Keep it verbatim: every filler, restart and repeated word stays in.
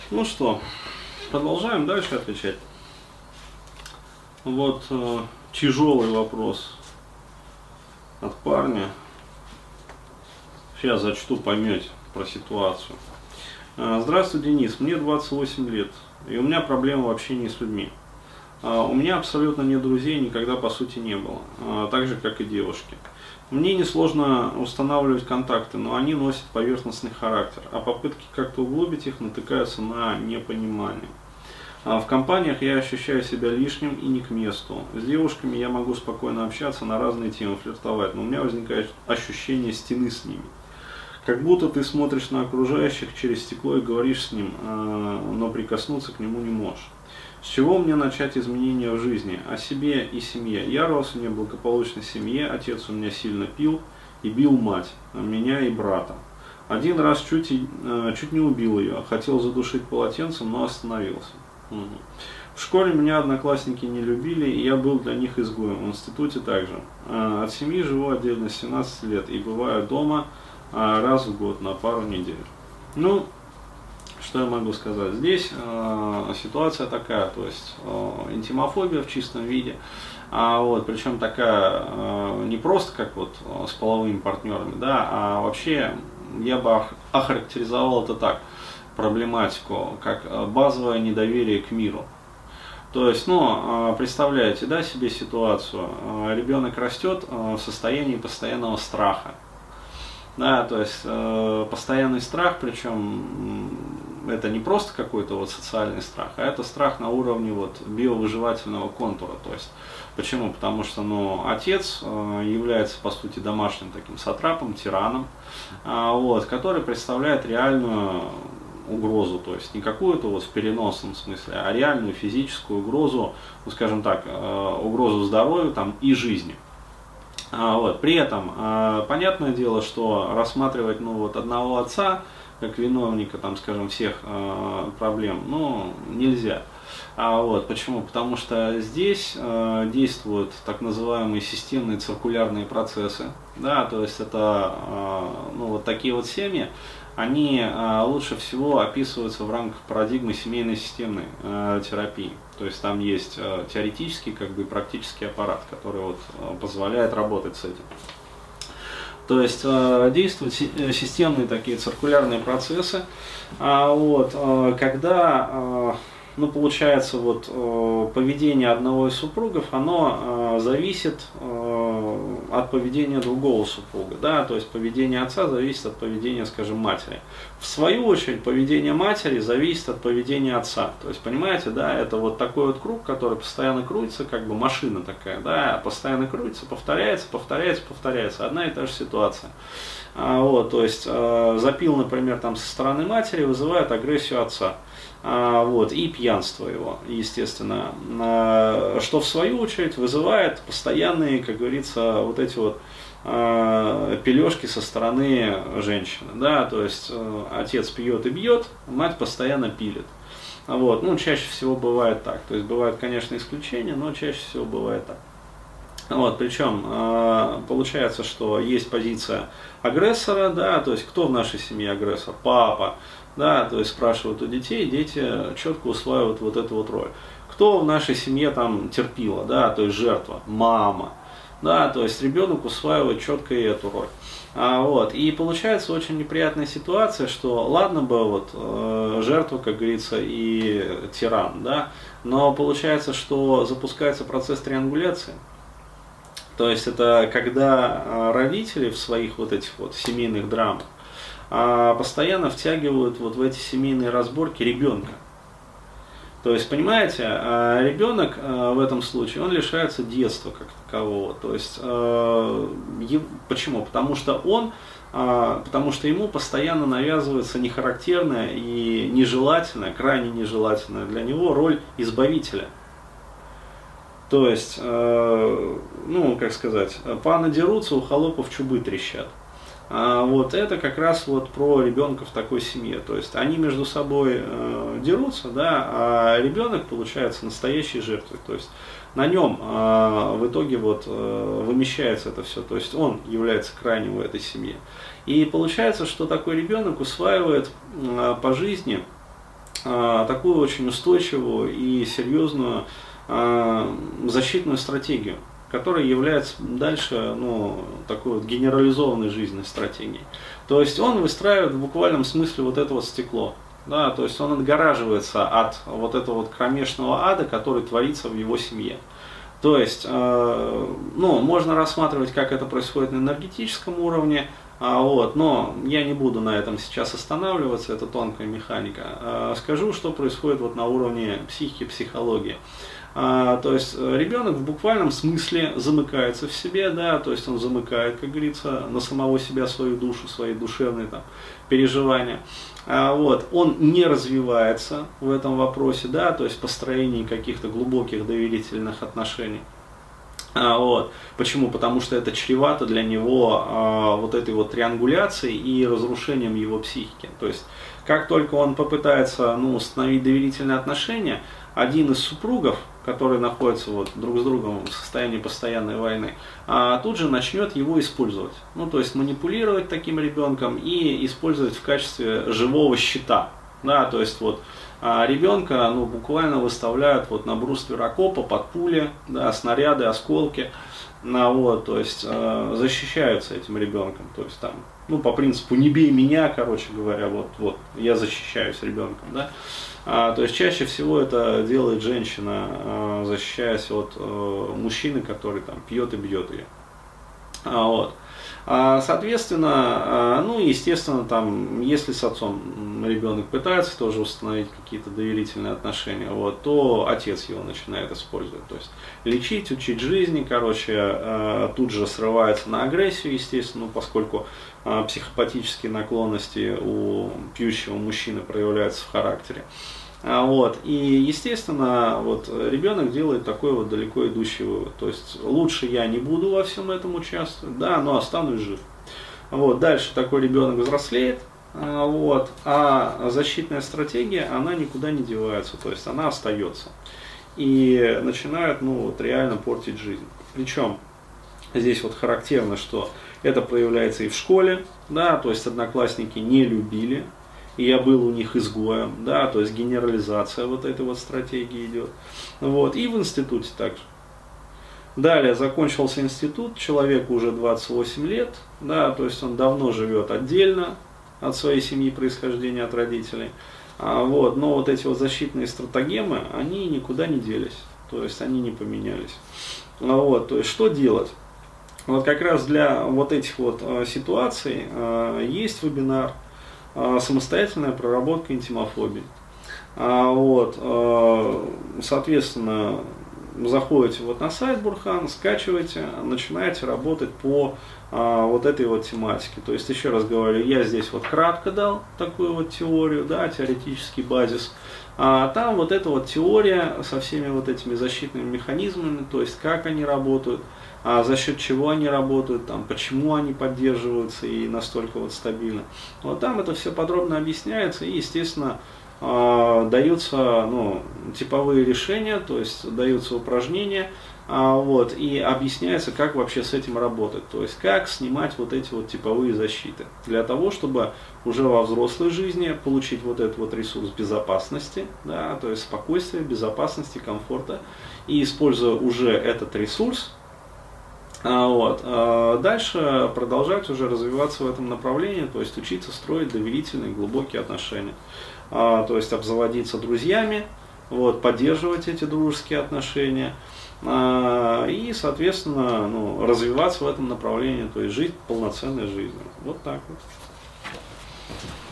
Ну что, продолжаем дальше отвечать. Вот э, тяжелый вопрос от парня. Сейчас зачту, поймете про ситуацию. Э, Здравствуй, Денис. Мне двадцать восемь лет, и у меня проблема в общении с людьми. Э, у меня абсолютно нет друзей, никогда по сути не было. Э, так же, как и девушки. Мне несложно устанавливать контакты, но они носят поверхностный характер, а попытки как-то углубить их натыкаются на непонимание. В компаниях я ощущаю себя лишним и не к месту. С девушками я могу спокойно общаться на разные темы, флиртовать, но у меня возникает ощущение стены с ними. Как будто ты смотришь на окружающих через стекло и говоришь с ним, но прикоснуться к нему не можешь. С чего мне начать изменения в жизни? О себе и семье. Я рос в неблагополучной семье, отец у меня сильно пил и бил мать, меня и брата. Один раз чуть, чуть не убил ее, хотел задушить полотенцем, но остановился. Угу. В школе меня одноклассники не любили, и я был для них изгоем, в институте также. От семьи живу отдельно с семнадцати лет и бываю дома раз в год на пару недель. Ну, что я могу сказать? Здесь э, ситуация такая, то есть э, интимофобия в чистом виде, а вот, причем такая э, не просто как вот с половыми партнерами, да, а вообще я бы охарактеризовал это так, проблематику, как базовое недоверие к миру. То есть, ну, представляете, да, себе ситуацию, ребенок растет в состоянии постоянного страха. Да, то есть э, постоянный страх, причем это не просто какой-то вот социальный страх, а это страх на уровне вот биовыживательного контура. То есть, почему? Потому что, ну, отец э, является по сути домашним таким сатрапом, тираном, э, вот, который представляет реальную угрозу, то есть не какую-то вот в переносном смысле, а реальную физическую угрозу, ну, скажем так, э, угрозу здоровью там и жизни. А, вот. При этом, а, понятное дело, что рассматривать ну, вот, одного отца как виновника, там, скажем, всех а, проблем, ну, нельзя. А, вот. Почему? Потому что здесь а, действуют так называемые системные циркулярные процессы, да, то есть это а, ну, вот такие вот семьи, они а, лучше всего описываются в рамках парадигмы семейной системной а, терапии. То есть там есть а, теоретический как бы, и практический аппарат, который вот, а, позволяет работать с этим. То есть а, действуют си системные такие циркулярные процессы, а, вот, а, когда а, ну, получается вот, а, поведение одного из супругов, оно а, зависит а, от поведения другого супруга, да, то есть поведение отца зависит от поведения, скажем, матери. В свою очередь, поведение матери зависит от поведения отца. То есть, понимаете, да, это вот такой вот круг, который постоянно крутится, как бы машина такая, да, постоянно крутится, повторяется, повторяется, повторяется, одна и та же ситуация. А, вот, то есть, э, запил, например, там со стороны матери вызывает агрессию отца. А, вот, и пьянство его, естественно, а, что в свою очередь вызывает постоянные, как говорится, вот эти вот а, пележки со стороны женщины, да, то есть а, отец пьет и бьет, мать постоянно пилит. Вот, ну, чаще всего бывает так, то есть бывают, конечно, исключения, но чаще всего бывает так. Вот, причем э, получается, что есть позиция агрессора, да, то есть кто в нашей семье агрессор? Папа, да, то есть спрашивают у детей, дети четко усваивают вот эту вот роль. Кто в нашей семье там терпила, да, то есть жертва? Мама, да, то есть ребенок усваивает четко и эту роль. А, вот, и получается очень неприятная ситуация, что ладно бы вот э, жертва, как говорится, и тиран, да, но получается, что запускается процесс триангуляции. То есть это когда родители в своих вот этих вот семейных драмах постоянно втягивают вот в эти семейные разборки ребенка. То есть, понимаете, ребенок в этом случае, он лишается детства как такового. То есть, почему? Потому что он, потому что ему постоянно навязывается нехарактерная и нежелательная, крайне нежелательная для него роль избавителя. То есть, э, ну, как сказать, паны дерутся, у холопов чубы трещат. А вот это как раз вот про ребенка в такой семье. То есть, они между собой э, дерутся, да, а ребенок получается настоящей жертвой. То есть, на нем э, в итоге вот э, вымещается это все. То есть, он является крайним в этой семье. И получается, что такой ребенок усваивает э, по жизни а, такую очень устойчивую и серьезную а, защитную стратегию, которая является дальше, ну, такой вот генерализованной жизненной стратегией. То есть он выстраивает в буквальном смысле вот это вот стекло. Да, то есть он отгораживается от вот этого вот кромешного ада, который творится в его семье. То есть, э, ну, можно рассматривать, как это происходит на энергетическом уровне, а, вот, но я не буду на этом сейчас останавливаться, это тонкая механика. А, скажу, что происходит вот на уровне психики, психологии. А, то есть ребенок в буквальном смысле замыкается в себе, да, то есть он замыкает, как говорится, на самого себя свою душу, свои душевные там переживания. А, вот, он не развивается в этом вопросе, да, то есть в построении каких-то глубоких доверительных отношений. А, вот. Почему? Потому что это чревато для него а, вот этой вот триангуляцией и разрушением его психики. То есть, как только он попытается, ну, установить доверительные отношения, один из супругов, который находится вот друг с другом в состоянии постоянной войны, а, тут же начнет его использовать. Ну, то есть манипулировать таким ребенком и использовать в качестве живого щита. Да, то есть вот а ребенка, ну, буквально выставляют вот на бруствер окопа под пули, да, снаряды, осколки, ну, вот, то есть э, защищаются этим ребенком, то есть там, ну, по принципу не бей меня, короче говоря, вот, вот, я защищаюсь ребенком, да, а, то есть чаще всего это делает женщина, э, защищаясь от э, мужчины, который там пьет и бьет ее, а, вот. Соответственно, ну, естественно, там, если с отцом ребенок пытается тоже установить какие-то доверительные отношения, вот, то отец его начинает использовать. То есть лечить, учить жизни, короче, тут же срывается на агрессию, естественно, ну, поскольку психопатические наклонности у пьющего мужчины проявляются в характере. Вот. И, естественно, вот, ребенок делает такой вот далеко идущий вывод. То есть лучше я не буду во всем этом участвовать, да, но останусь жив. Вот. Дальше такой ребенок взрослеет, вот, а защитная стратегия, она никуда не девается, то есть она остается. И начинает, ну, вот, реально портить жизнь. Причем здесь вот характерно, что это проявляется и в школе, да, то есть одноклассники не любили. И я был у них изгоем, да, то есть генерализация вот этой вот стратегии идет. Вот, и в институте также. Далее закончился институт, человеку уже двадцать восемь лет, да, то есть он давно живет отдельно от своей семьи, происхождения, от родителей. А, вот, но вот эти вот защитные стратагемы, они никуда не делись, то есть они не поменялись. А, вот, то есть что делать? Вот как раз для вот этих вот а, ситуаций а, есть вебинар «Самостоятельная проработка интимофобии». Вот, соответственно, заходите вот на сайт Бурхан, скачиваете, начинаете работать по вот этой вот тематике. То есть, еще раз говорю, я здесь вот кратко дал такую вот теорию, да, теоретический базис. А там вот эта вот теория со всеми вот этими защитными механизмами, то есть как они работают, а за счет чего они работают, там, почему они поддерживаются и настолько вот стабильно. Вот там это все подробно объясняется и, естественно, даются, ну, типовые решения, то есть даются упражнения, вот, и объясняется, как вообще с этим работать, то есть как снимать вот эти вот типовые защиты, для того, чтобы уже во взрослой жизни получить вот этот вот ресурс безопасности, да, то есть спокойствия, безопасности, комфорта, и используя уже этот ресурс, вот, дальше продолжать уже развиваться в этом направлении, то есть учиться строить доверительные глубокие отношения, то есть обзаводиться друзьями, вот, поддерживать эти дружеские отношения и, соответственно, ну, развиваться в этом направлении, то есть жить полноценной жизнью. Вот так вот.